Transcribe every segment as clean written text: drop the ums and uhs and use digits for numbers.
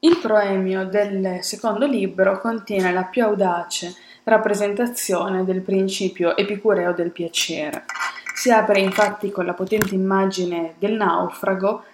Il proemio del secondo libro contiene la più audace rappresentazione del principio epicureo del piacere. Si apre infatti con la potente immagine del naufrago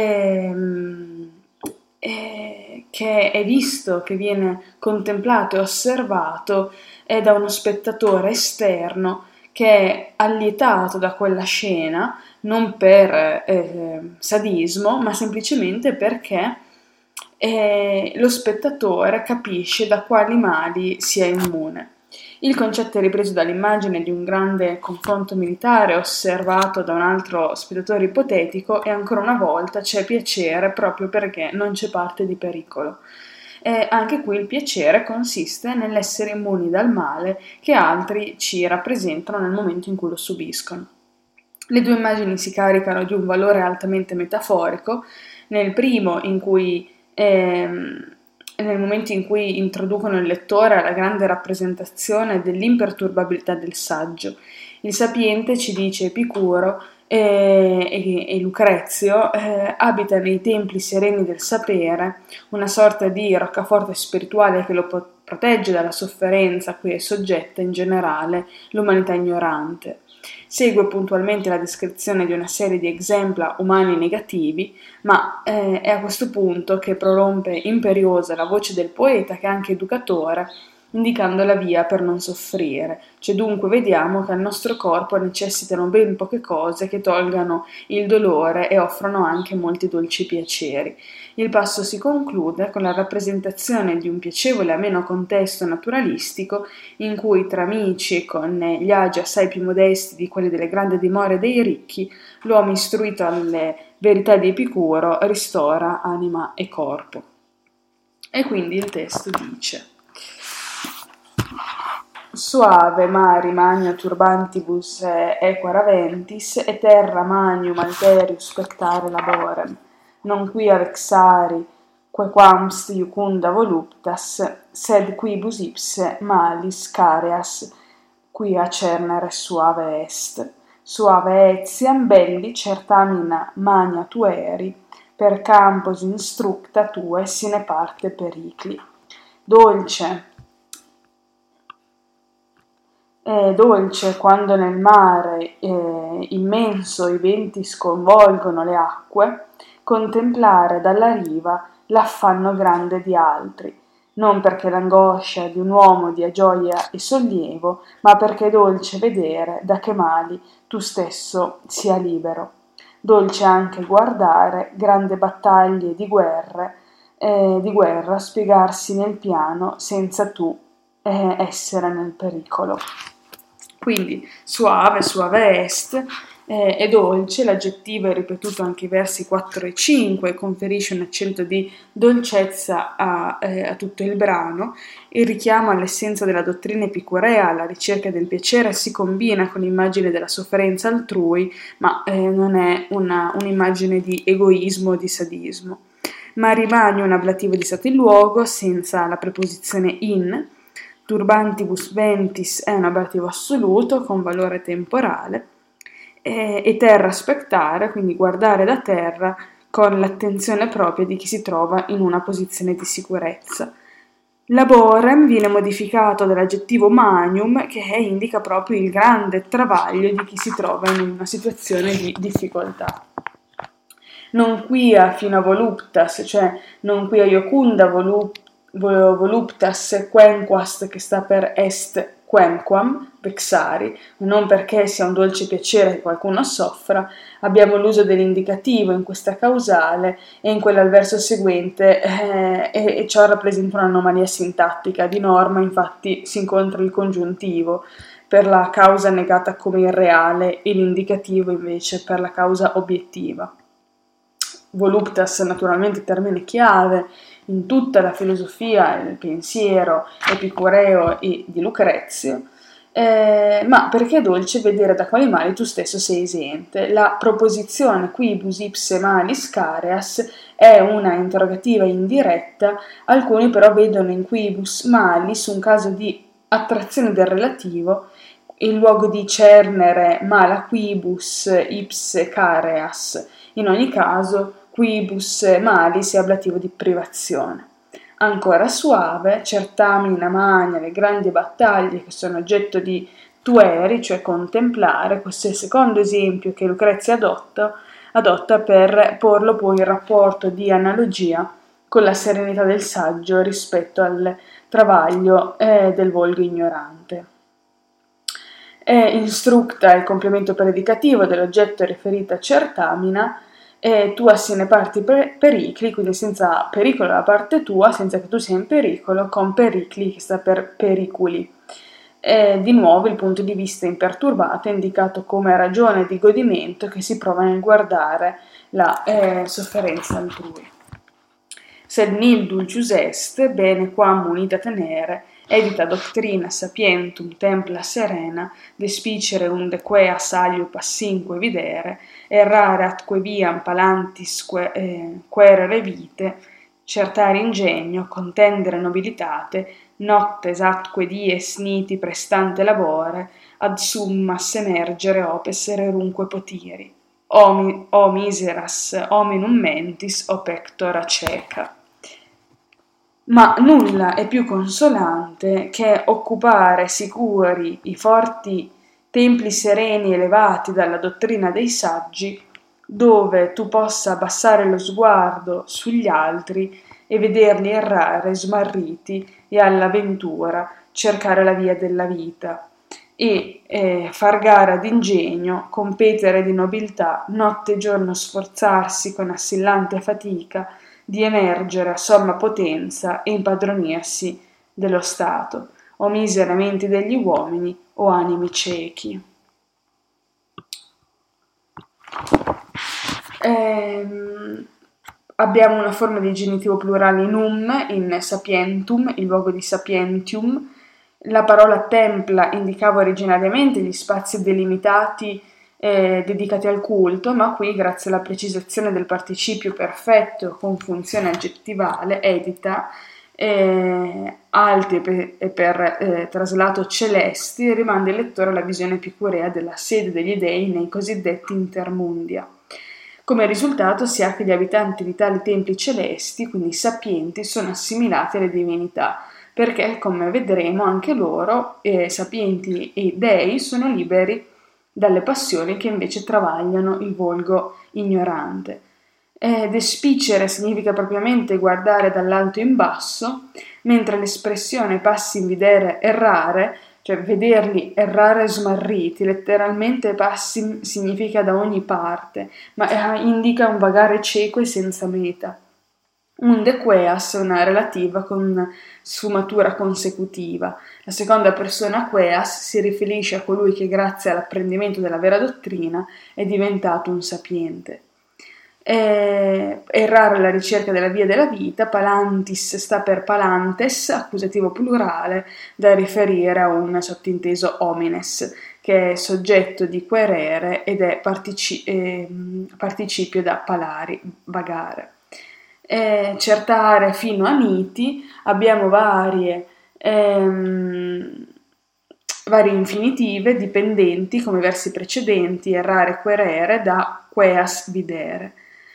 che è visto, che viene contemplato e osservato da uno spettatore esterno che è allietato da quella scena non per sadismo, ma semplicemente perché lo spettatore capisce da quali mali sia immune. Il concetto è ripreso dall'immagine di un grande confronto militare osservato da un altro spettatore ipotetico e ancora una volta c'è piacere proprio perché non c'è parte di pericolo. Anche qui il piacere consiste nell'essere immuni dal male che altri ci rappresentano nel momento in cui lo subiscono. Le due immagini si caricano di un valore altamente metaforico, nel primo in cui nel momento in cui introducono il lettore alla grande rappresentazione dell'imperturbabilità del saggio. Il sapiente, ci dice Epicuro e Lucrezio, abita nei templi sereni del sapere, una sorta di roccaforte spirituale che lo protegge dalla sofferenza a cui è soggetta in generale l'umanità ignorante. Segue puntualmente la descrizione di una serie di exempla umani negativi, ma è a questo punto che prorompe imperiosa la voce del poeta, che è anche educatore, indicando la via per non soffrire. Cioè dunque vediamo che al nostro corpo necessitano ben poche cose che tolgano il dolore e offrono anche molti dolci piaceri. Il passo si conclude con la rappresentazione di un piacevole ameno contesto naturalistico in cui tra amici e con gli agi assai più modesti di quelli delle grandi dimore dei ricchi, l'uomo istruito alle verità di Epicuro ristora anima e corpo. E quindi il testo dice: Suave mari magna turbantibus equara ventis, et terra magnum alterius spectare laborem, non quia vexari quequamst iucunda voluptas, sed quibus ipse malis careas, quia cernere suave est. Suave etiam belli certamina magna tueri, per campos instructa tue sine parte pericli. Dolce quando nel mare immenso i venti sconvolgono le acque, contemplare dalla riva l'affanno grande di altri, non perché l'angoscia di un uomo dia gioia e sollievo, ma perché è dolce vedere da che mali tu stesso sia libero. Dolce anche guardare grandi battaglie di guerra spiegarsi nel piano senza tu essere nel pericolo. Quindi suave, suave est, è dolce, l'aggettivo è ripetuto anche i versi 4 e 5, conferisce un accento di dolcezza a tutto il brano. Il richiamo all'essenza della dottrina epicurea, alla ricerca del piacere, si combina con l'immagine della sofferenza altrui, ma non è un'immagine di egoismo o di sadismo. Ma rimane un ablativo di stato in luogo, senza la preposizione in. Turbantibus ventis è un ablativo assoluto con valore temporale e terra spectare, quindi guardare da terra con l'attenzione propria di chi si trova in una posizione di sicurezza. Laborem viene modificato dall'aggettivo magnum che indica proprio il grande travaglio di chi si trova in una situazione di difficoltà. Non quia fino a voluptas, cioè non quia iocunda voluptas quenquast, che sta per est quemquam, vexari, non perché sia un dolce piacere che qualcuno soffra, abbiamo l'uso dell'indicativo in questa causale e in quella al verso seguente e ciò rappresenta un'anomalia sintattica. Di norma infatti si incontra il congiuntivo per la causa negata come irreale e l'indicativo invece per la causa obiettiva. Voluptas naturalmente termine chiave in tutta la filosofia e il pensiero epicureo e di Lucrezio, ma perché è dolce vedere da quali mali tu stesso sei esente. La proposizione quibus ipse malis careas è una interrogativa indiretta, alcuni però vedono in quibus malis un caso di attrazione del relativo, in luogo di cernere mala quibus ipse careas. In ogni caso, quibus malis è ablativo di privazione. Ancora suave, certamina magna le grandi battaglie che sono oggetto di tueri, cioè contemplare. Questo è il secondo esempio che Lucrezia adotta per porlo poi in rapporto di analogia con la serenità del saggio rispetto al travaglio del volgo ignorante. È instructa il complemento predicativo dell'oggetto riferito a certamina, tua sine parti pericli, quindi senza pericolo da parte tua, senza che tu sia in pericolo, con pericli, che sta per pericoli. Di nuovo il punto di vista imperturbato è indicato come ragione di godimento che si prova nel guardare la sofferenza altrui. Sed nil dulcius est, bene quam unita tenere, edita doctrina sapientum templa serena, despicere unde quea salio passinque videre, errare atque viam palantis querere vite, certare ingegno, contendere nobilitate, noctes atque dies niti prestante labore, ad summas emergere opes rerunque potiri. O miseras hominum mentis, o pectora cieca. Ma nulla è più consolante che occupare sicuri i forti templi sereni elevati dalla dottrina dei saggi, dove tu possa abbassare lo sguardo sugli altri e vederli errare smarriti e alla ventura cercare la via della vita e far gara d'ingegno, competere di nobiltà, notte e giorno sforzarsi con assillante fatica di emergere a somma potenza e impadronirsi dello Stato, o misere menti degli uomini o animi ciechi. Abbiamo una forma di genitivo plurale num in sapientum, il luogo di sapientium. La parola templa indicava originariamente gli spazi delimitati dedicati al culto, ma qui, grazie alla precisazione del participio perfetto con funzione aggettivale, edita, alti e per traslato celesti, rimanda il lettore alla visione epicurea della sede degli dei nei cosiddetti intermundia. Come risultato si ha che gli abitanti di tali templi celesti, quindi sapienti, sono assimilati alle divinità, perché, come vedremo, anche loro, sapienti e dei, sono liberi dalle passioni che invece travagliano il volgo ignorante. Despicere significa propriamente guardare dall'alto in basso, mentre l'espressione passi in videre errare, cioè vederli errare smarriti, letteralmente passi significa da ogni parte, ma indica un vagare cieco e senza meta. Unde queas è una relativa con sfumatura consecutiva. La seconda persona queas si riferisce a colui che grazie all'apprendimento della vera dottrina è diventato un sapiente. Errare alla ricerca della via della vita, palantis sta per palantes, accusativo plurale da riferire a un sottinteso homines, che è soggetto di querere ed è participio da palari, vagare. Certare fino a niti, abbiamo varie infinitive dipendenti come versi precedenti, errare, querere, da queas videre.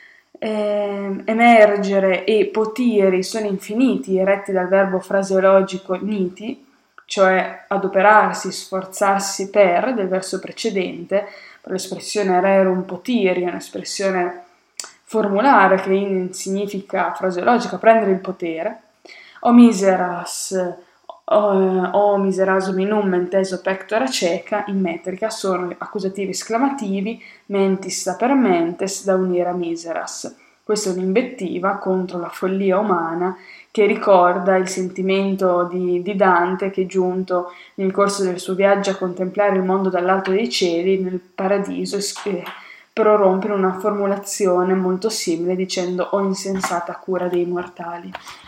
Emergere e potiri sono infiniti, eretti dal verbo fraseologico niti, cioè adoperarsi, sforzarsi per, del verso precedente, per l'espressione rerum potiri, un'espressione formulare che significa fraseologica, prendere il potere. O miseras o miserasum in menteso pectora cieca, in metrica, sono accusativi esclamativi, mentis sta per mentes, da unire a miseras. Questa è un'invettiva contro la follia umana che ricorda il sentimento di Dante che, giunto nel corso del suo viaggio a contemplare il mondo dall'alto dei cieli, nel paradiso, prorompe in una formulazione molto simile dicendo «O insensata cura dei mortali».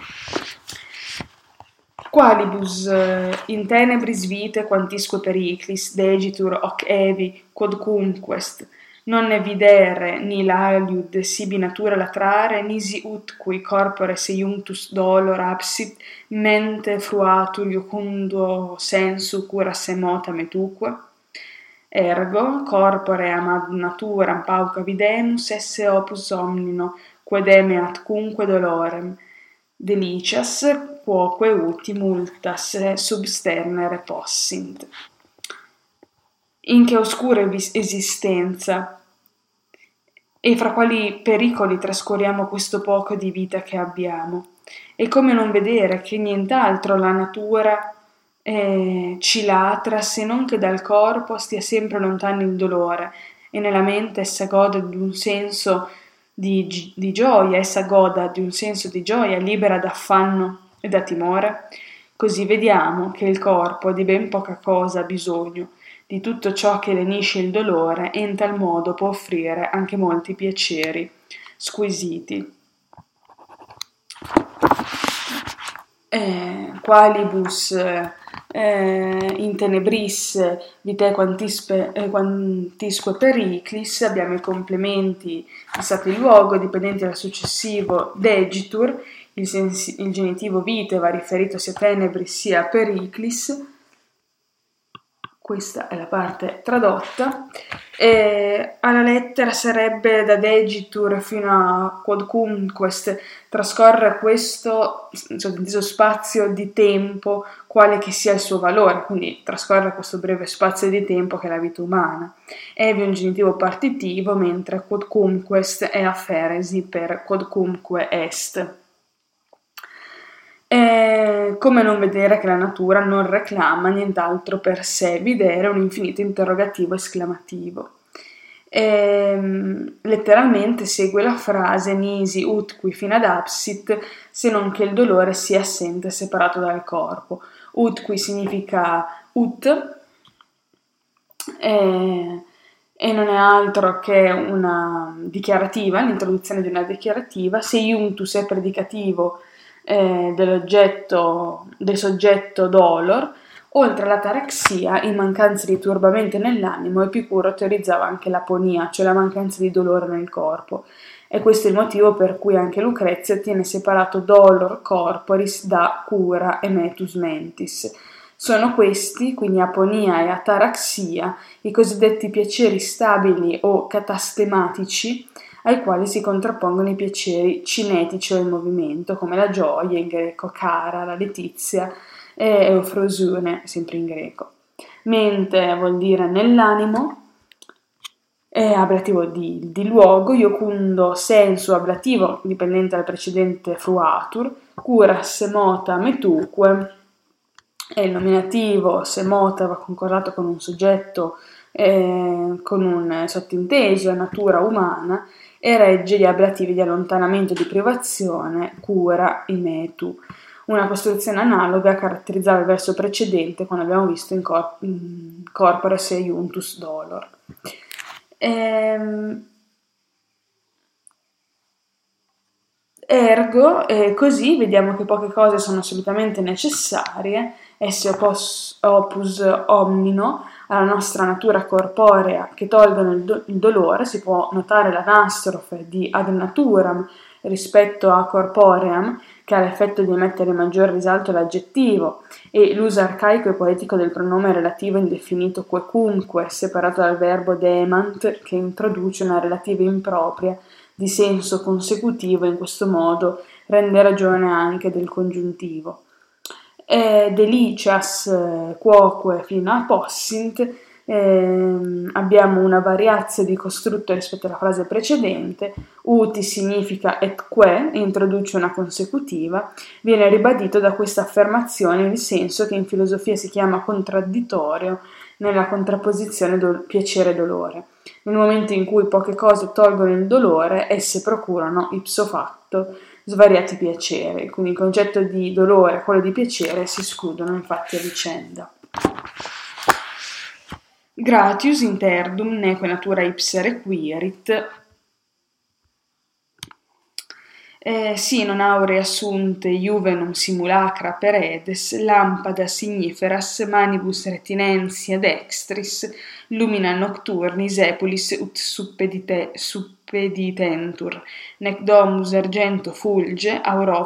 Qualibus in tenebris vite quantisque periclis degitur hoc evi quodcunquest non ne videre ni l'aliud sibi natura latrare nisi ut cui corpore seiunctus dolor absit mente fruatur iucundo sensu cura semota metuque. Ergo, corpoream ad naturam pauca videmus esse opus omnino, quod emeat cumque dolorem, delicias, quoque uti multas substernere possint. In che oscura esistenza e fra quali pericoli trascorriamo questo poco di vita che abbiamo. E come non vedere che nient'altro la natura ci latra se non che dal corpo stia sempre lontano il dolore e nella mente essa gode di un senso di gioia, essa goda di un senso di gioia libera d'affanno e da timore. Così vediamo che il corpo di ben poca cosa ha bisogno, di tutto ciò che lenisce il dolore e in tal modo può offrire anche molti piaceri squisiti. Qualibus in tenebris vitae quantisque periclis, abbiamo i complementi di stato di luogo dipendenti dal successivo degitur, il genitivo vitae va riferito sia tenebris sia periclis. Questa è la parte tradotta. Alla lettera sarebbe da degitur fino a quodcumquest, trascorre questo sottinteso spazio di tempo, quale che sia il suo valore, quindi trascorre questo breve spazio di tempo che è la vita umana. Evi un genitivo partitivo, mentre quodcumquest è aferesi per quodcumque est. Come non vedere che la natura non reclama nient'altro per sé, videre un infinito interrogativo esclamativo. Letteralmente segue la frase nisi ut qui fin ad absit, se non che il dolore sia assente e separato dal corpo. Ut qui significa ut, e non è altro che una dichiarativa, l'introduzione di una dichiarativa. Se iunctus è predicativo del soggetto dolor, oltre all'ataraxia, in mancanza di turbamento nell'animo, Epicuro teorizzava anche l'aponia, cioè la mancanza di dolore nel corpo. E questo è il motivo per cui anche Lucrezia tiene separato dolor corporis da cura e metus mentis. Sono questi, quindi aponia e ataraxia, i cosiddetti piaceri stabili o catastematici, ai quali si contrappongono i piaceri cinetici o in movimento, come la gioia, in greco cara, la letizia e eufrosune, sempre in greco. Mente vuol dire nell'animo, è ablativo di luogo, iocundo sensu ablativo, dipendente dal precedente fruatur, curas mota metuque, e il nominativo se mota va concordato con un soggetto con un sottinteso, natura umana, e regge gli ablativi di allontanamento e di privazione, cura, imetu. Una costruzione analoga caratterizzava il verso precedente quando abbiamo visto in corpore e iuntus dolor. Ergo, così vediamo che poche cose sono assolutamente necessarie, esse opus omnino, alla nostra natura corporea, che tolgono il dolore. Si può notare l'anastrofe di ad naturam rispetto a corpoream, che ha l'effetto di mettere in maggior risalto l'aggettivo, e l'uso arcaico e poetico del pronome relativo indefinito quecunque, separato dal verbo demant, che introduce una relativa impropria di senso consecutivo, in questo modo rende ragione anche del congiuntivo. Delicias quoque fino a possint, abbiamo una variazione di costrutto rispetto alla frase precedente. Uti significa et que, introduce una consecutiva. Viene ribadito da questa affermazione il senso che in filosofia si chiama contraddittorio nella contrapposizione piacere e dolore. Nel momento in cui poche cose tolgono il dolore, esse procurano ipso facto svariati piaceri, quindi il concetto di dolore e quello di piacere si escludono infatti a vicenda. Gratius interdum neque natura ipsa requirit, si non aure assunte juvenum simulacra peredes, lampada signiferas manibus retinentia dextris, lumina nocturnis epulis ut suppeditentur, nec domus argento fulge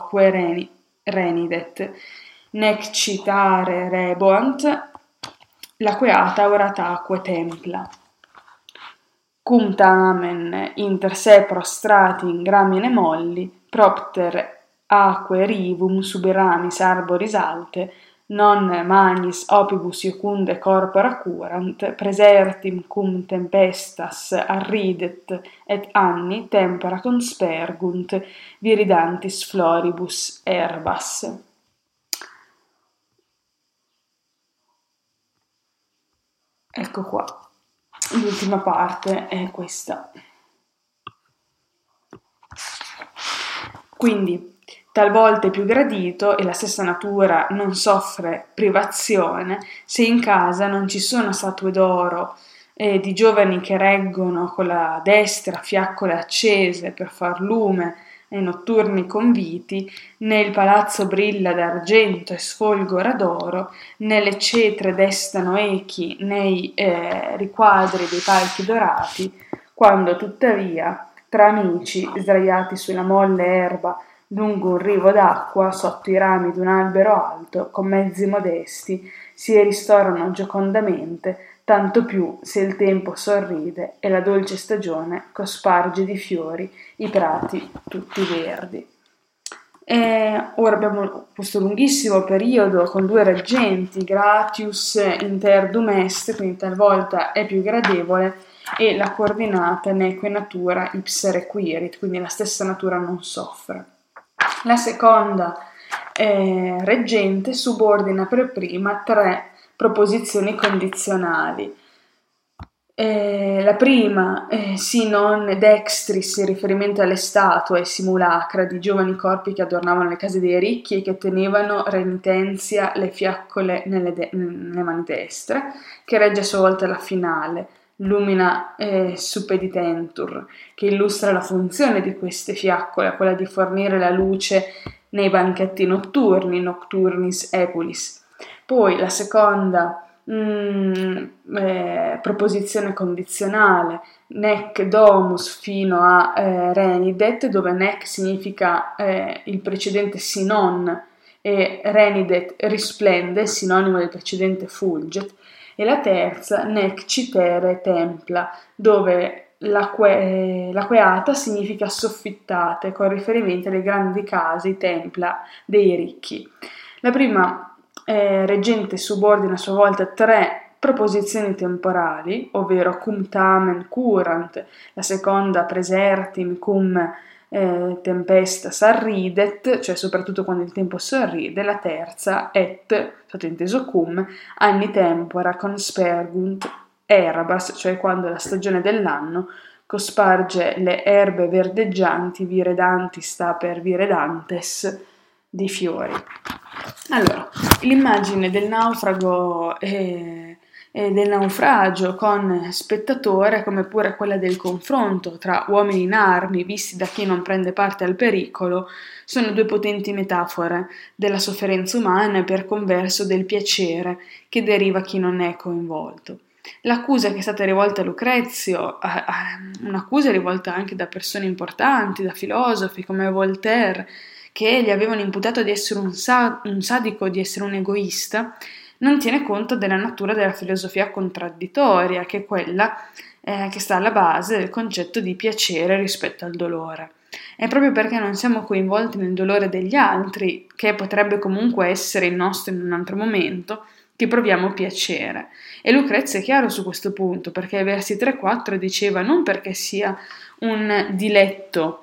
auroque renidet, nec citare reboant laqueata orataque templa. Cum tamen inter se prostrati in gramine molli, propter aque rivum suberamis arboris alte, non magnis opibus iocunde corpora curant, presertim cum tempestas arridet et anni tempora conspergunt, viridantis floribus erbas. Ecco qua, l'ultima parte è questa. Quindi, talvolta è più gradito e la stessa natura non soffre privazione se in casa non ci sono statue d'oro di giovani che reggono con la destra fiaccole accese per far lume ai notturni conviti, né il palazzo brilla d'argento e sfolgora d'oro, né le cetre destano echi nei riquadri dei palchi dorati, quando tuttavia tra amici, sdraiati sulla molle erba lungo un rivo d'acqua, sotto i rami d'un albero alto, con mezzi modesti, si ristorano giocondamente, tanto più se il tempo sorride e la dolce stagione cosparge di fiori i prati tutti verdi. Ora abbiamo questo lunghissimo periodo con 2 reggenti, gratius inter dum est, quindi talvolta è più gradevole, e la coordinata neque natura ipse requirit, quindi la stessa natura non soffre. La seconda reggente subordina per prima 3 proposizioni condizionali. La prima, si non dextris, in riferimento alle statue simulacra di giovani corpi che adornavano le case dei ricchi e che tenevano renitenzia le fiaccole nelle mani destre, che regge a sua volta la finale, Lumina suppeditentur, che illustra la funzione di queste fiaccole, quella di fornire la luce nei banchetti notturni, nocturnis epulis. Poi la seconda proposizione condizionale, nec domus fino a renidet, dove nec significa il precedente si non e renidet risplende, sinonimo del precedente fulget, e la terza nec citere templa, dove l'aqueata significa soffittate, con riferimento alle grandi case, templa dei ricchi. La prima reggente subordina a sua volta 3 proposizioni temporali, ovvero cum tamen curant, la seconda presertim cum tempestas arridet, cioè soprattutto quando il tempo sorride, la terza et, sottinteso cum, anni tempora conspergunt erbas, cioè quando la stagione dell'anno cosparge le erbe verdeggianti, viredanti sta per viredantes, di fiori. Allora, l'immagine del naufrago e del naufragio con spettatore, come pure quella del confronto tra uomini in armi visti da chi non prende parte al pericolo, sono 2 potenti metafore della sofferenza umana e per converso del piacere che deriva chi non è coinvolto. L'accusa che è stata rivolta a Lucrezio, un'accusa rivolta anche da persone importanti, da filosofi come Voltaire, che gli avevano imputato di essere un sadico, di essere un egoista, non tiene conto della natura della filosofia contraddittoria, che è quella che sta alla base del concetto di piacere rispetto al dolore. È proprio perché non siamo coinvolti nel dolore degli altri, che potrebbe comunque essere il nostro in un altro momento, che proviamo piacere. E Lucrezio è chiaro su questo punto, perché ai versi 3-4 diceva non perché sia un diletto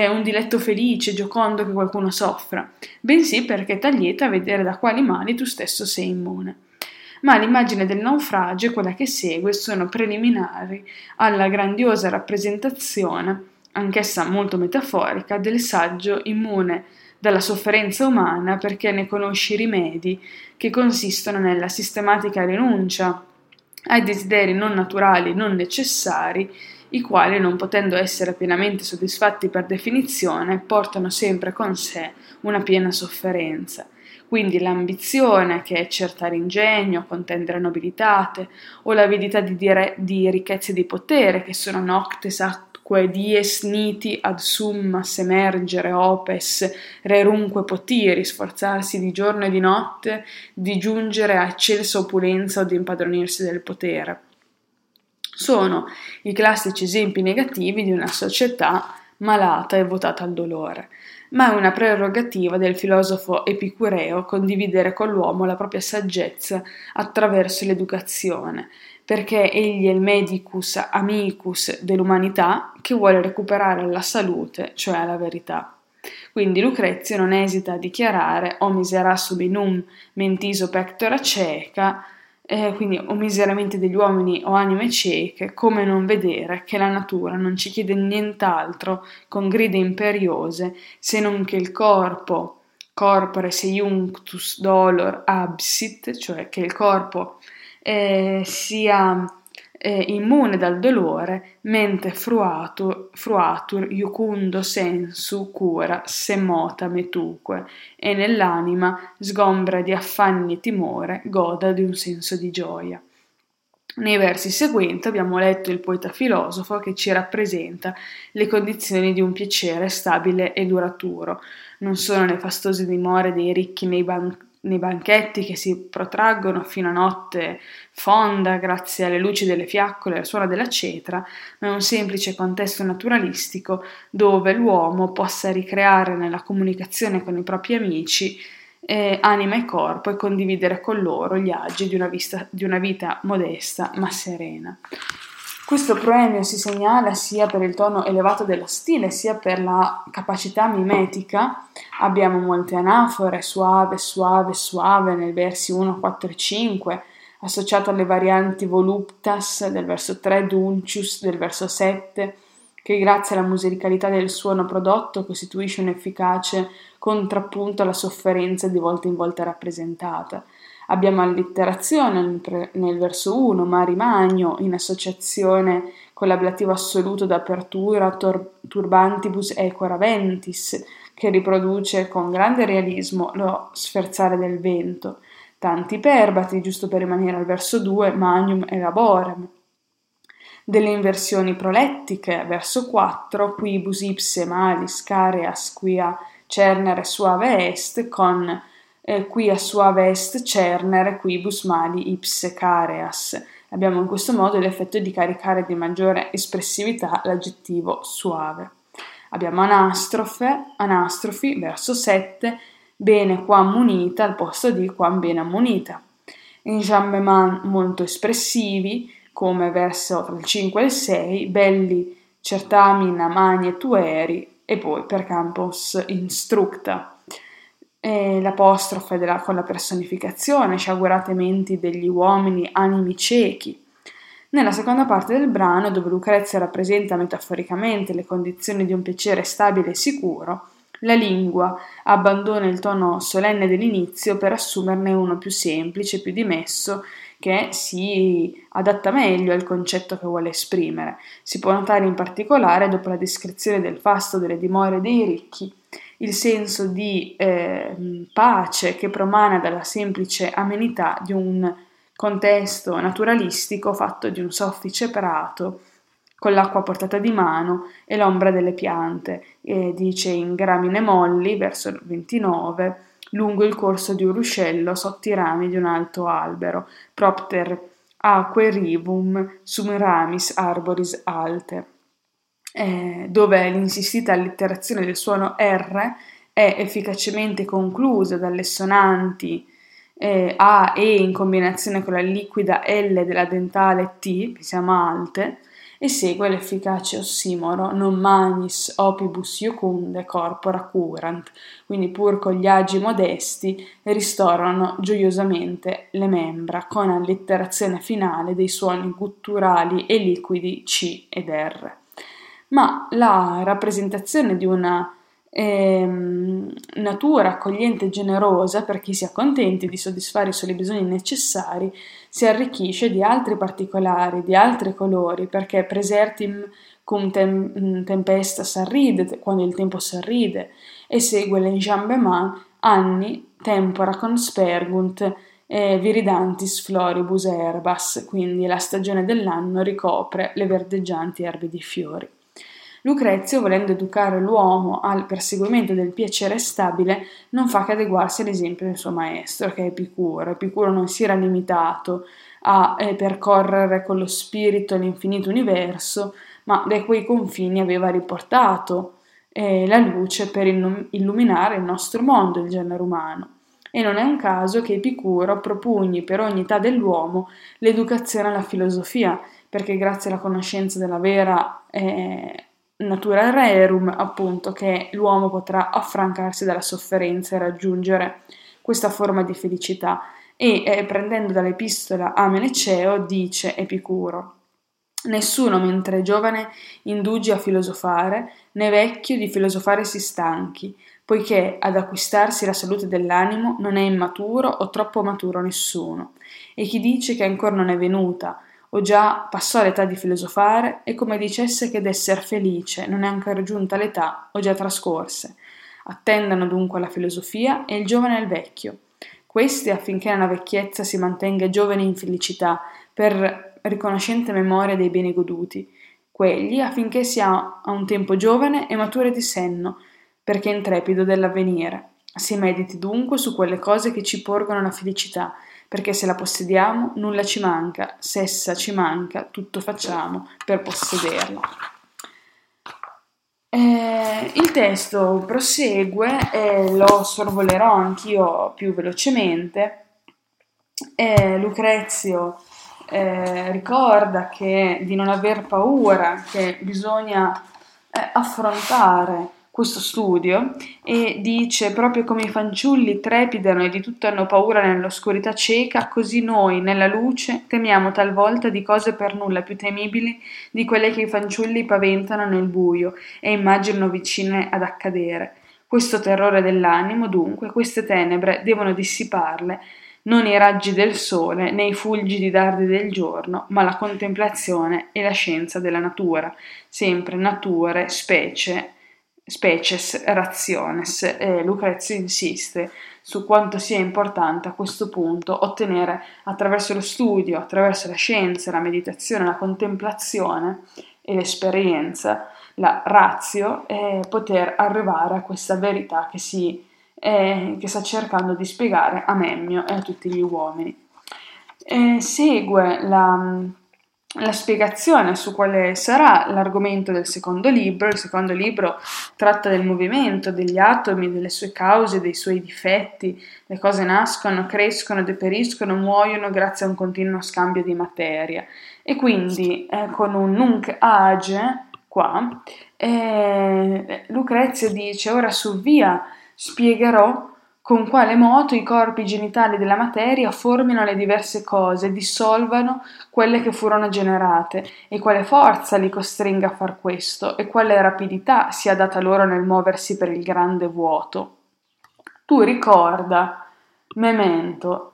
felice, giocondo che qualcuno soffra, bensì perché t'ha lieta vedere da quali mali tu stesso sei immune. Ma l'immagine del naufragio e quella che segue sono preliminari alla grandiosa rappresentazione, anch'essa molto metaforica, del saggio immune dalla sofferenza umana perché ne conosce i rimedi che consistono nella sistematica rinuncia ai desideri non naturali, non necessari, i quali, non potendo essere pienamente soddisfatti per definizione, portano sempre con sé una piena sofferenza. Quindi l'ambizione, che è cercare ingegno, contendere nobilitate, o l'avidità di ricchezze e di potere, che sono noctes quae dies niti ad summas emergere opes, rerunque potiri, sforzarsi di giorno e di notte di giungere a eccelsa opulenza o di impadronirsi del potere. Sono i classici esempi negativi di una società malata e votata al dolore, ma è una prerogativa del filosofo epicureo condividere con l'uomo la propria saggezza attraverso l'educazione, perché egli è il medicus amicus dell'umanità che vuole recuperare la salute, cioè la verità. Quindi Lucrezio non esita a dichiarare o misera subinum mentiso pectora cieca, quindi o miseramente degli uomini o anime cieche, come non vedere che la natura non ci chiede nient'altro con grida imperiose se non che il corpore se iunctus dolor absit, cioè che il corpo sia immune dal dolore, mente fruatur iucundo sensu cura semmota metuque, e nell'anima, sgombra di affanni e timore, goda di un senso di gioia. Nei versi seguenti abbiamo letto il poeta filosofo che ci rappresenta le condizioni di un piacere stabile e duraturo. Non sono le fastose dimore dei ricchi nei banchetti che si protraggono fino a notte fonda grazie alle luci delle fiaccole e al suono della cetra, ma è un semplice contesto naturalistico dove l'uomo possa ricreare nella comunicazione con i propri amici anima e corpo e condividere con loro gli agi di una vita modesta ma serena. Questo proemio si segnala sia per il tono elevato dello stile, sia per la capacità mimetica. Abbiamo molte anafore, suave, suave, suave, nei versi 1, 4 e 5, associato alle varianti voluptas del verso 3, dulcius del verso 7, che grazie alla musicalità del suono prodotto costituisce un efficace contrappunto alla sofferenza di volta in volta rappresentata. Abbiamo allitterazione nel verso 1, mari magno, in associazione con l'ablativo assoluto d'apertura turbantibus equora ventis, che riproduce con grande realismo lo sferzare del vento. Tanti perbati, giusto per rimanere al verso 2, magnum e laborem. Delle inversioni prolettiche, verso 4, quibus ipse malis careas quia cernere suave est, con quia suave est cernere quibus mali ipse careas. Abbiamo in questo modo l'effetto di caricare di maggiore espressività l'aggettivo suave. Abbiamo anastrofi, verso 7, bene quam munita al posto di quam bene ammonita. Enjambement molto espressivi, come verso tra il 5 e il 6, belli certamina manie tueri, e poi per campus instructa. L'apostrofe con la personificazione, sciagurate menti degli uomini animi ciechi. Nella seconda parte del brano, dove Lucrezia rappresenta metaforicamente le condizioni di un piacere stabile e sicuro, la lingua abbandona il tono solenne dell'inizio per assumerne uno più semplice, più dimesso, che si adatta meglio al concetto che vuole esprimere. Si può notare in particolare, dopo la descrizione del fasto delle dimore dei ricchi, il senso di pace che promana dalla semplice amenità di un contesto naturalistico fatto di un soffice prato con l'acqua a portata di mano e l'ombra delle piante, dice in gramine molli, verso 29, lungo il corso di un ruscello sotto i rami di un alto albero, propter aquae rivum sum ramis arboris alte, dove l'insistita allitterazione del suono R è efficacemente conclusa dalle sonanti A e in combinazione con la liquida L della dentale T, pensiamo a alte, e segue l'efficace ossimoro non magnis opibus iucunde corpora curant, quindi pur con gli agi modesti ristorano gioiosamente le membra con allitterazione finale dei suoni gutturali e liquidi C ed R. Ma la rappresentazione di una natura accogliente e generosa per chi si accontenti di soddisfare i soli bisogni necessari si arricchisce di altri particolari, di altri colori, perché presertim cum tempesta s'arridet, quando il tempo s'arride, e segue l'enjambement anni tempora conspergunt viridantis floribus erbas, quindi la stagione dell'anno ricopre le verdeggianti erbe di fiori. Lucrezio, volendo educare l'uomo al perseguimento del piacere stabile, non fa che adeguarsi all'esempio del suo maestro, che è Epicuro. Epicuro non si era limitato a percorrere con lo spirito l'infinito universo, ma da quei confini aveva riportato la luce per illuminare il nostro mondo, il genere umano. E non è un caso che Epicuro propugni per ogni età dell'uomo l'educazione alla filosofia, perché grazie alla conoscenza della vera natura rerum, appunto, che l'uomo potrà affrancarsi dalla sofferenza e raggiungere questa forma di felicità. E prendendo dall'epistola a Meneceo dice Epicuro: nessuno mentre è giovane indugi a filosofare, né vecchio di filosofare si stanchi, poiché ad acquistarsi la salute dell'animo non è immaturo o troppo maturo nessuno. E chi dice che ancora non è venuta, o già passò l'età di filosofare, è come dicesse che d'esser felice non è ancora giunta l'età, o già trascorse. Attendano dunque alla filosofia e il giovane e il vecchio. Questi affinché nella vecchiezza si mantenga giovane in felicità, per riconoscente memoria dei beni goduti, quegli affinché sia a un tempo giovane e maturo di senno, perché intrepido dell'avvenire. Si mediti dunque su quelle cose che ci porgono la felicità, perché se la possediamo nulla ci manca, se essa ci manca tutto facciamo per possederla. Il testo prosegue e lo sorvolerò anch'io più velocemente. Lucrezio ricorda di non aver paura, che bisogna affrontare questo studio, e dice: proprio come i fanciulli trepidano e di tutto hanno paura nell'oscurità cieca, così noi nella luce temiamo talvolta di cose per nulla più temibili di quelle che i fanciulli paventano nel buio e immaginano vicine ad accadere. Questo terrore dell'animo, dunque, queste tenebre devono dissiparle non i raggi del sole né i fulgidi dardi del giorno, ma la contemplazione e la scienza della natura, sempre nature, species, rationes. Lucrezio insiste su quanto sia importante a questo punto ottenere attraverso lo studio, attraverso la scienza, la meditazione, la contemplazione e l'esperienza, la ratio, poter arrivare a questa verità che sta cercando di spiegare a Memmio e a tutti gli uomini. Segue la spiegazione su quale sarà l'argomento del secondo libro. Il secondo libro tratta del movimento degli atomi, delle sue cause, dei suoi difetti. Le cose nascono, crescono, deperiscono, muoiono grazie a un continuo scambio di materia. E quindi con un nunc age qua, Lucrezio dice: ora su via spiegherò con quale moto i corpi genitali della materia formino le diverse cose, dissolvano quelle che furono generate, e quale forza li costringa a far questo, e quale rapidità sia data loro nel muoversi per il grande vuoto. Tu ricorda, memento,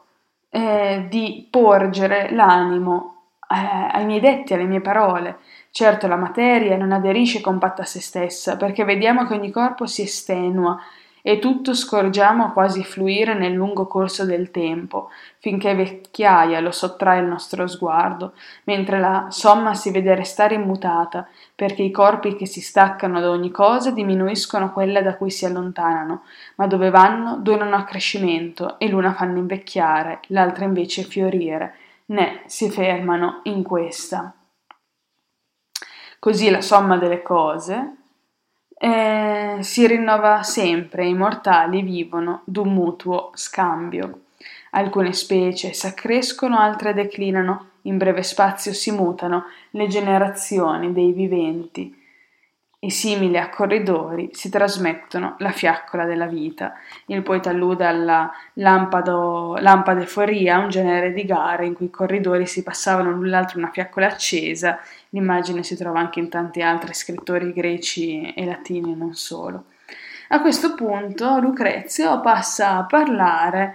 di porgere l'animo ai miei detti, alle mie parole. Certo, la materia non aderisce compatta a se stessa, perché vediamo che ogni corpo si estenua, e tutto scorgiamo quasi fluire nel lungo corso del tempo, finché vecchiaia lo sottrae il nostro sguardo, mentre la somma si vede restare immutata, perché i corpi che si staccano da ogni cosa diminuiscono quella da cui si allontanano, ma dove vanno donano accrescimento, e l'una fanno invecchiare, l'altra invece fiorire, né si fermano in questa. Così la somma delle cose si rinnova sempre, i mortali vivono d'un mutuo scambio. Alcune specie s'accrescono, altre declinano, in breve spazio si mutano le generazioni dei viventi, e simili a corridori si trasmettono la fiaccola della vita. Il poeta allude alla lampadeforia, un genere di gare in cui i corridori si passavano l'un l'altro una fiaccola accesa. L'immagine si trova anche in tanti altri scrittori greci e latini, non solo. A questo punto Lucrezio passa a parlare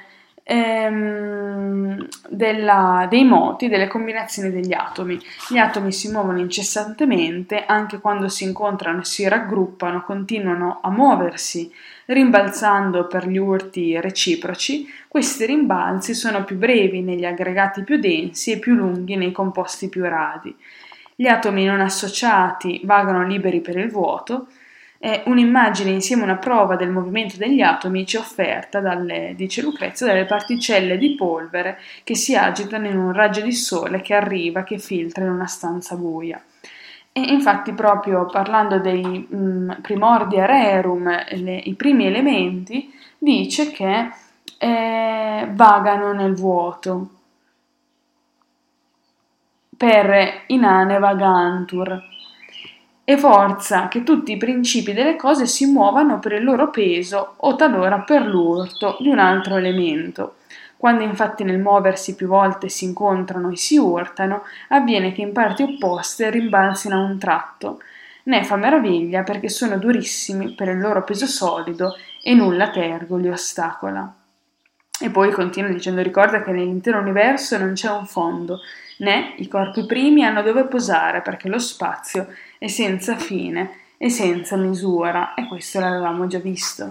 dei moti, delle combinazioni degli atomi. Gli atomi si muovono incessantemente, anche quando si incontrano e si raggruppano, continuano a muoversi, rimbalzando per gli urti reciproci. Questi rimbalzi sono più brevi negli aggregati più densi e più lunghi nei composti più radi. Gli atomi non associati vagano liberi per il vuoto. Un'immagine insieme a una prova del movimento degli atomi ci è offerta dice Lucrezio, dalle particelle di polvere che si agitano in un raggio di sole che arriva, che filtra in una stanza buia. E infatti proprio parlando dei primordia rerum, i primi elementi, dice che vagano nel vuoto, per inane vagantur, e forza che tutti i principi delle cose si muovano per il loro peso o talora per l'urto di un altro elemento. Quando infatti nel muoversi più volte si incontrano e si urtano, avviene che in parti opposte rimbalzino a un tratto. Ne fa meraviglia perché sono durissimi per il loro peso solido e nulla tergo li ostacola. E poi continua dicendo: ricorda che nell'intero universo non c'è un fondo, né i corpi primi hanno dove posare, perché lo spazio è senza fine e senza misura, e questo l'avevamo già visto.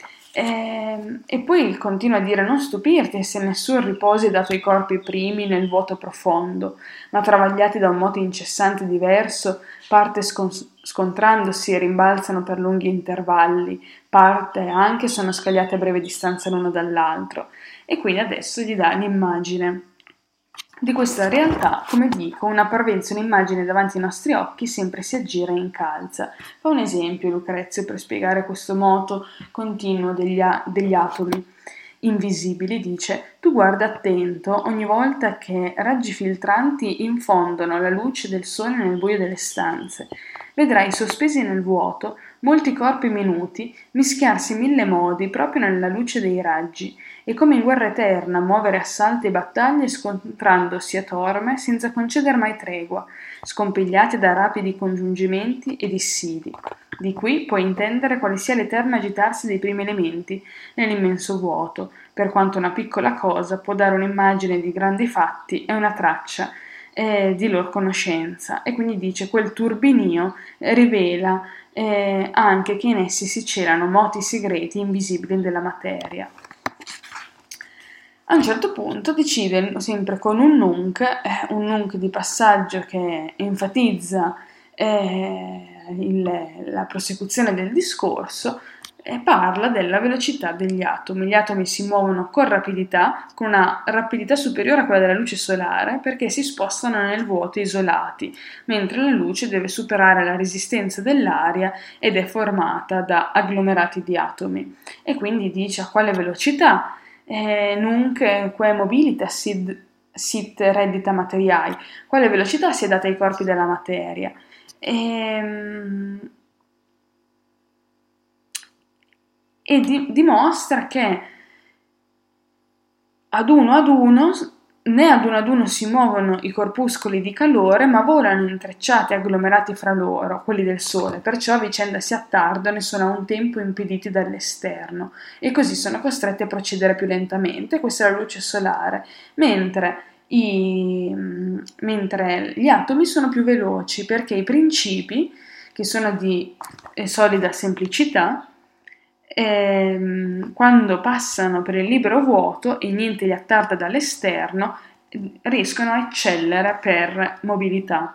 E poi continua a dire: non stupirti se nessun riposo è dato ai corpi primi nel vuoto profondo, ma travagliati da un moto incessante diverso, parte scontrandosi e rimbalzano per lunghi intervalli, parte anche sono scagliate a breve distanza l'uno dall'altro. E quindi adesso gli dà l'immagine di questa realtà. Come dico, una parvenza, un'immagine davanti ai nostri occhi sempre si aggira e incalza. Fa un esempio Lucrezio per spiegare questo moto continuo degli atomi invisibili. Dice: tu guarda attento ogni volta che raggi filtranti infondono la luce del sole nel buio delle stanze. Vedrai sospesi nel vuoto molti corpi minuti mischiarsi in mille modi proprio nella luce dei raggi, e come in guerra eterna muovere assalti e battaglie scontrandosi a torme senza conceder mai tregua, scompigliati da rapidi congiungimenti e dissidi. Di qui puoi intendere quale sia l'eterno agitarsi dei primi elementi nell'immenso vuoto, per quanto una piccola cosa può dare un'immagine di grandi fatti e una traccia di loro conoscenza. E quindi dice: quel turbinio rivela anche che in essi si celano moti segreti invisibili della materia. A un certo punto decide, sempre con un nunc di passaggio che enfatizza la prosecuzione del discorso, e parla della velocità degli atomi. Gli atomi si muovono con una rapidità superiore a quella della luce solare, perché si spostano nel vuoto isolati, mentre la luce deve superare la resistenza dell'aria ed è formata da agglomerati di atomi. E quindi dice: a quale velocità? Nunc quae mobilitas sit reddita materiae, quale velocità si è data ai corpi della materia. E dimostra che ad uno si muovono i corpuscoli di calore, ma volano intrecciati e agglomerati fra loro, quelli del Sole, perciò a vicenda si attardano e sono a un tempo impediti dall'esterno, e così sono costretti a procedere più lentamente. Questa è la luce solare, mentre gli atomi sono più veloci, perché i principi, che sono di solida semplicità, quando passano per il libero vuoto e niente li attarda dall'esterno, riescono a eccellere per mobilità.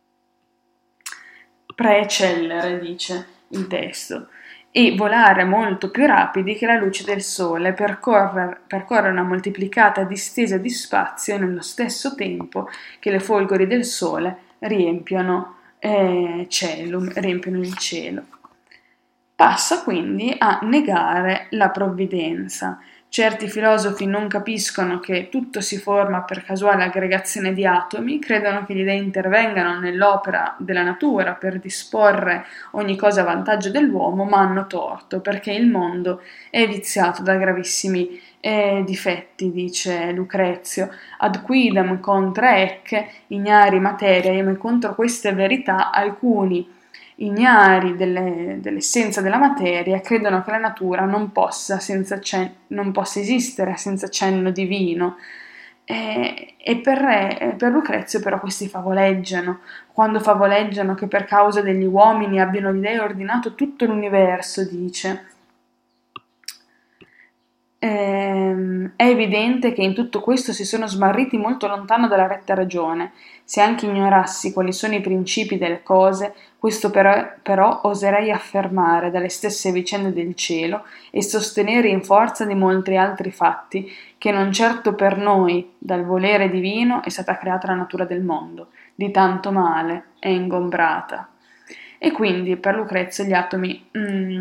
Preeccellere, dice il testo, e volare molto più rapidi che la luce del sole, percorrere una moltiplicata distesa di spazio nello stesso tempo che le folgori del sole riempiono il cielo. Passa quindi a negare la provvidenza. Certi filosofi non capiscono che tutto si forma per casuale aggregazione di atomi, credono che gli dei intervengano nell'opera della natura per disporre ogni cosa a vantaggio dell'uomo, ma hanno torto, perché il mondo è viziato da gravissimi difetti, dice Lucrezio. Ad quidem contra ec ignari materiae, e contro queste verità alcuni ignari dell'essenza della materia credono che la natura non possa esistere senza cenno divino. E per Lucrezio però questi favoleggiano, quando favoleggiano che per causa degli uomini abbiano gli dei ordinato tutto l'universo, dice. È evidente che in tutto questo si sono smarriti molto lontano dalla retta ragione. Se anche ignorassi quali sono i principi delle cose, questo però oserei affermare dalle stesse vicende del cielo e sostenere in forza di molti altri fatti che non certo per noi, dal volere divino, è stata creata la natura del mondo, di tanto male è ingombrata. E quindi per Lucrezia gli atomi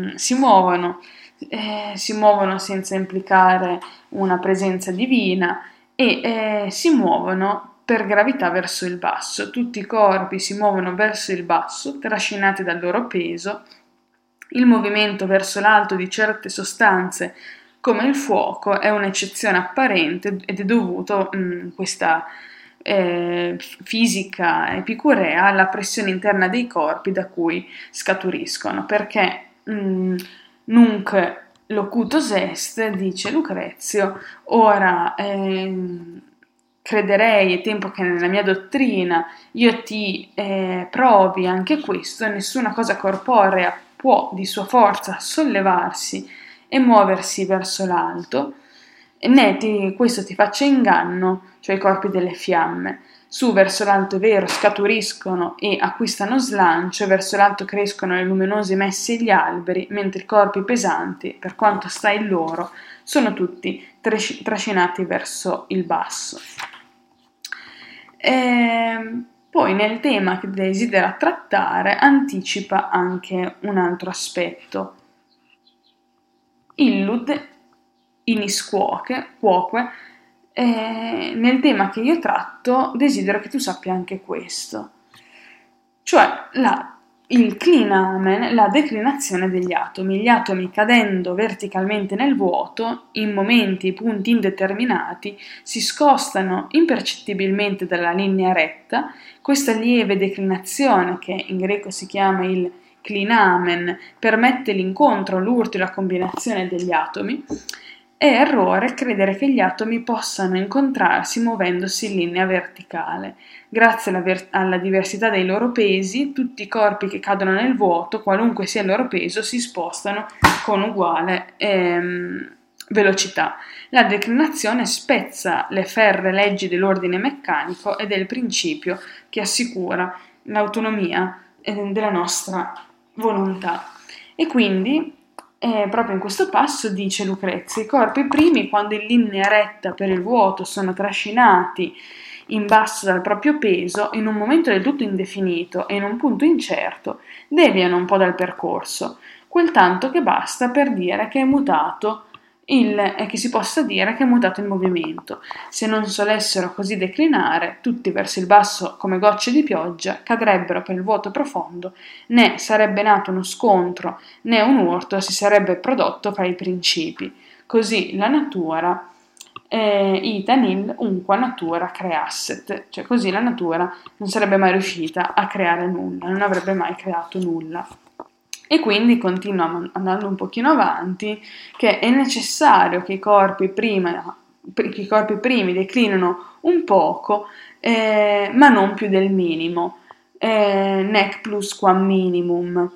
si muovono senza implicare una presenza divina e si muovono per gravità verso il basso. Tutti i corpi si muovono verso il basso, trascinati dal loro peso. Il movimento verso l'alto di certe sostanze, come il fuoco, è un'eccezione apparente ed è dovuto questa fisica epicurea alla pressione interna dei corpi da cui scaturiscono, perché nunc locutus est, dice Lucrezio, ora crederei, è tempo che nella mia dottrina io ti provi anche questo, nessuna cosa corporea può di sua forza sollevarsi e muoversi verso l'alto, né questo ti faccia inganno, cioè i corpi delle fiamme. Su verso l'alto è vero, scaturiscono e acquistano slancio, e verso l'alto crescono le luminose messe e gli alberi, mentre i corpi pesanti, per quanto sta in loro, sono tutti trascinati verso il basso. Poi nel tema che desidera trattare anticipa anche un altro aspetto. Illud inis quoque, nel tema che io tratto desidero che tu sappia anche questo, cioè il clinamen, la declinazione degli atomi. Gli atomi, cadendo verticalmente nel vuoto, in momenti e punti indeterminati, si scostano impercettibilmente dalla linea retta. Questa lieve declinazione, che in greco si chiama il clinamen, permette l'incontro, l'urto e la combinazione degli atomi. È errore credere che gli atomi possano incontrarsi muovendosi in linea verticale. Grazie alla diversità dei loro pesi, tutti i corpi che cadono nel vuoto, qualunque sia il loro peso, si spostano con uguale velocità. La declinazione spezza le ferree leggi dell'ordine meccanico e del principio che assicura l'autonomia della nostra volontà. E quindi proprio in questo passo dice Lucrezia: i corpi primi, quando in linea retta per il vuoto sono trascinati in basso dal proprio peso, in un momento del tutto indefinito e in un punto incerto, deviano un po' dal percorso, quel tanto che basta per dire che è mutato che si possa dire che è mutato il movimento. Se non solessero così declinare, tutti verso il basso come gocce di pioggia, cadrebbero per il vuoto profondo, né sarebbe nato uno scontro, né un urto si sarebbe prodotto fra i principi. Così la natura ita nil unqua natura creasset, cioè così la natura non sarebbe mai riuscita a creare nulla, non avrebbe mai creato nulla. E quindi continua andando un pochino avanti, che è necessario che i corpi primi declinino un poco, ma non più del minimo, nec plusquam minimum.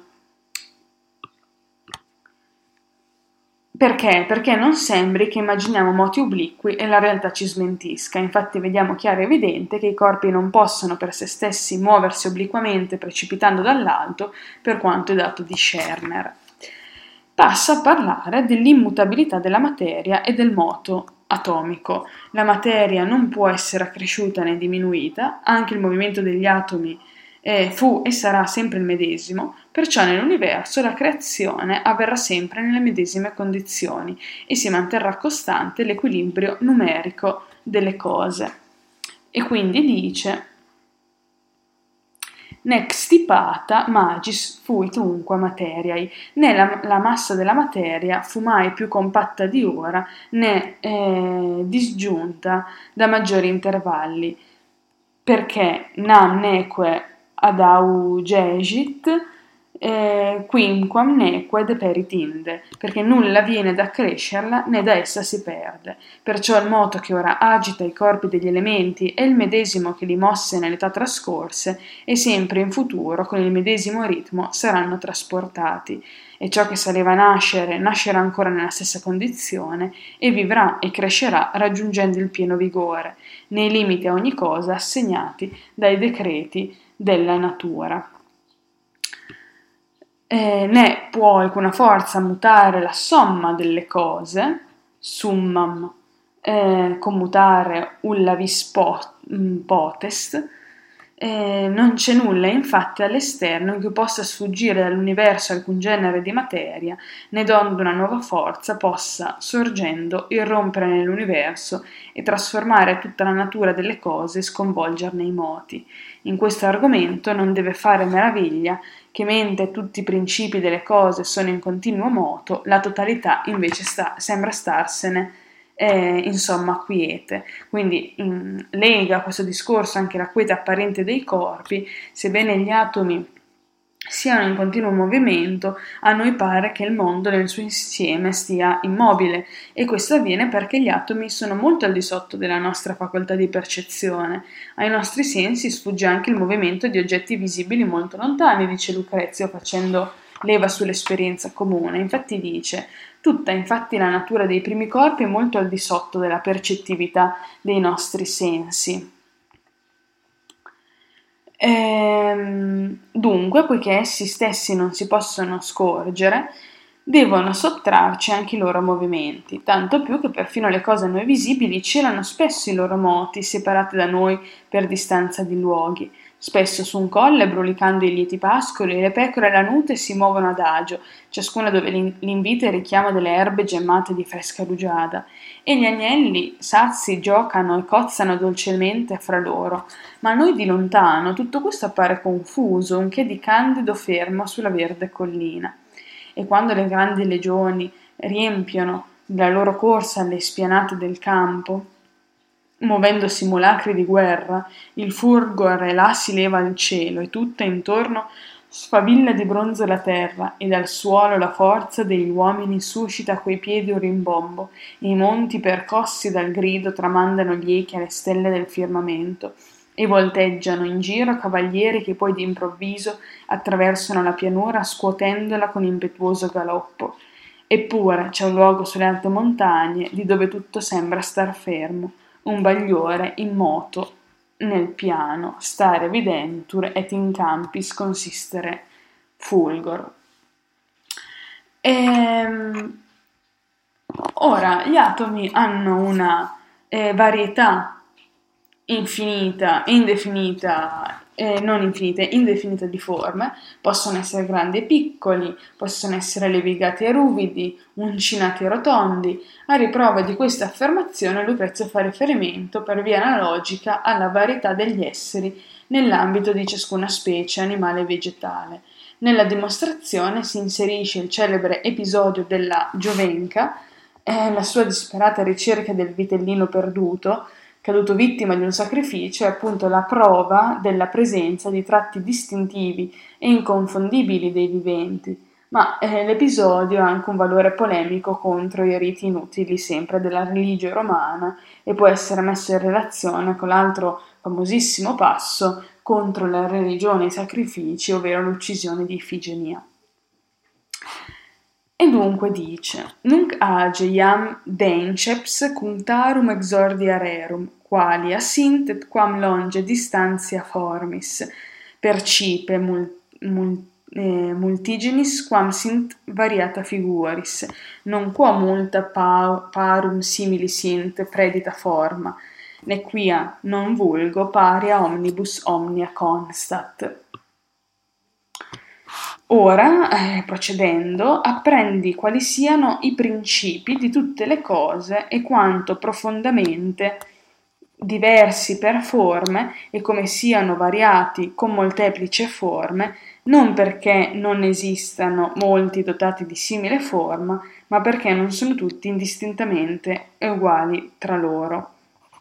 Perché? Perché non sembri che immaginiamo moti obliqui e la realtà ci smentisca. Infatti vediamo chiaro e evidente che i corpi non possono per se stessi muoversi obliquamente precipitando dall'alto, per quanto è dato di Scherner. Passa a parlare dell'immutabilità della materia e del moto atomico. La materia non può essere accresciuta né diminuita, anche il movimento degli atomi fu e sarà sempre il medesimo, perciò nell'universo la creazione avverrà sempre nelle medesime condizioni e si manterrà costante l'equilibrio numerico delle cose. E quindi dice: nec stipata magis fuit unqua materiae, né la massa della materia fu mai più compatta di ora, né disgiunta da maggiori intervalli, perché nam neque adaugescit quinquam neque deperit inde, perché nulla viene da crescerla né da essa si perde. Perciò il moto che ora agita i corpi degli elementi è il medesimo che li mosse nell'età trascorse e sempre in futuro con il medesimo ritmo saranno trasportati. e ciò che saleva a nascere nascerà ancora nella stessa condizione e vivrà e crescerà raggiungendo il pieno vigore, nei limiti a ogni cosa assegnati dai decreti della natura. Né può alcuna forza mutare la somma delle cose, summam commutare ulla vis potest, non c'è nulla infatti all'esterno che possa sfuggire dall'universo alcun genere di materia, né donde una nuova forza possa, sorgendo, irrompere nell'universo e trasformare tutta la natura delle cose e sconvolgerne i moti. In questo argomento non deve fare meraviglia che mentre tutti i principi delle cose sono in continuo moto, la totalità invece sembra starsene insomma quiete. Quindi lega a questo discorso anche la quiete apparente dei corpi, sebbene gli atomi siano in continuo movimento, a noi pare che il mondo nel suo insieme stia immobile, e questo avviene perché gli atomi sono molto al di sotto della nostra facoltà di percezione. Ai nostri sensi sfugge anche il movimento di oggetti visibili molto lontani, dice Lucrezio facendo leva sull'esperienza comune. Infatti dice: tutta infatti la natura dei primi corpi è molto al di sotto della percettività dei nostri sensi. Dunque, poiché essi stessi non si possono scorgere, devono sottrarci anche i loro movimenti, tanto più che perfino le cose a noi visibili celano spesso i loro moti, separate da noi per distanza di luoghi. Spesso su un colle, brulicando i lieti pascoli, le pecore lanute si muovono adagio, ciascuna dove l'invita il richiamo delle erbe gemmate di fresca rugiada, e gli agnelli sazi giocano e cozzano dolcemente fra loro, ma a noi di lontano tutto questo appare confuso, un che di candido fermo sulla verde collina. E quando le grandi legioni riempiono la loro corsa alle spianate del campo, muovendo simulacri di guerra, il fulgore là si leva al cielo e tutta intorno sfavilla di bronzo la terra, e dal suolo la forza degli uomini suscita a quei piedi un rimbombo, e i monti percossi dal grido tramandano gli echi alle stelle del firmamento, e volteggiano in giro cavalieri che poi d'improvviso attraversano la pianura scuotendola con impetuoso galoppo. Eppure c'è un luogo sulle alte montagne di dove tutto sembra star fermo, un bagliore in moto nel piano, stare videntur et in campis consistere fulgor. Ora, gli atomi hanno una varietà infinita, indefinita, non infinita, indefinita di forme, possono essere grandi e piccoli, possono essere levigati e ruvidi, uncinati e rotondi. A riprova di questa affermazione Lucrezio fa riferimento per via analogica alla varietà degli esseri nell'ambito di ciascuna specie animale e vegetale. Nella dimostrazione si inserisce il celebre episodio della Giovenca, la sua disperata ricerca del vitellino perduto, caduto vittima di un sacrificio, è appunto la prova della presenza di tratti distintivi e inconfondibili dei viventi, ma l'episodio ha anche un valore polemico contro i riti inutili sempre della religione romana e può essere messo in relazione con l'altro famosissimo passo contro la religione e i sacrifici, ovvero l'uccisione di Ifigenia. E dunque dice: Nunc age iam denceps cuntarum exordia rerum, quali assint et quam longe distantia formis, percipe multigenis quam sint variata figuris, non quo multa parum simili sint predita forma, nequia non vulgo paria omnibus omnia constat. Ora, procedendo, apprendi quali siano i principi di tutte le cose e quanto profondamente diversi per forme e come siano variati con molteplici forme, non perché non esistano molti dotati di simile forma, ma perché non sono tutti indistintamente uguali tra loro.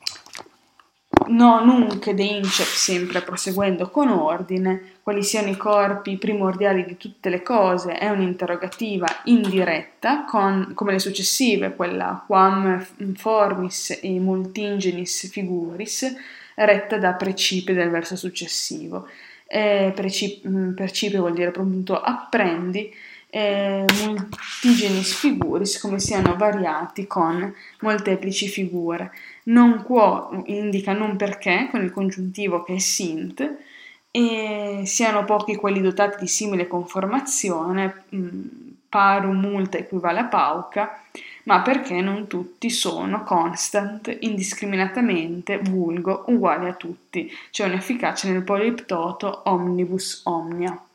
No, nunc deinceps, sempre proseguendo con ordine, quali siano i corpi primordiali di tutte le cose, è un'interrogativa indiretta, come le successive, quella quam formis e multingenis figuris, retta da precipe del verso successivo. Precipe vuol dire appunto apprendi, multigenis figuris, come siano variati con molteplici figure. Non quo indica non perché, con il congiuntivo che è sint, e siano pochi quelli dotati di simile conformazione, paru multa equivale a pauca, ma perché non tutti sono constant, indiscriminatamente, vulgo, uguali a tutti. C'è un'efficacia nel poliptoto omnibus omnia.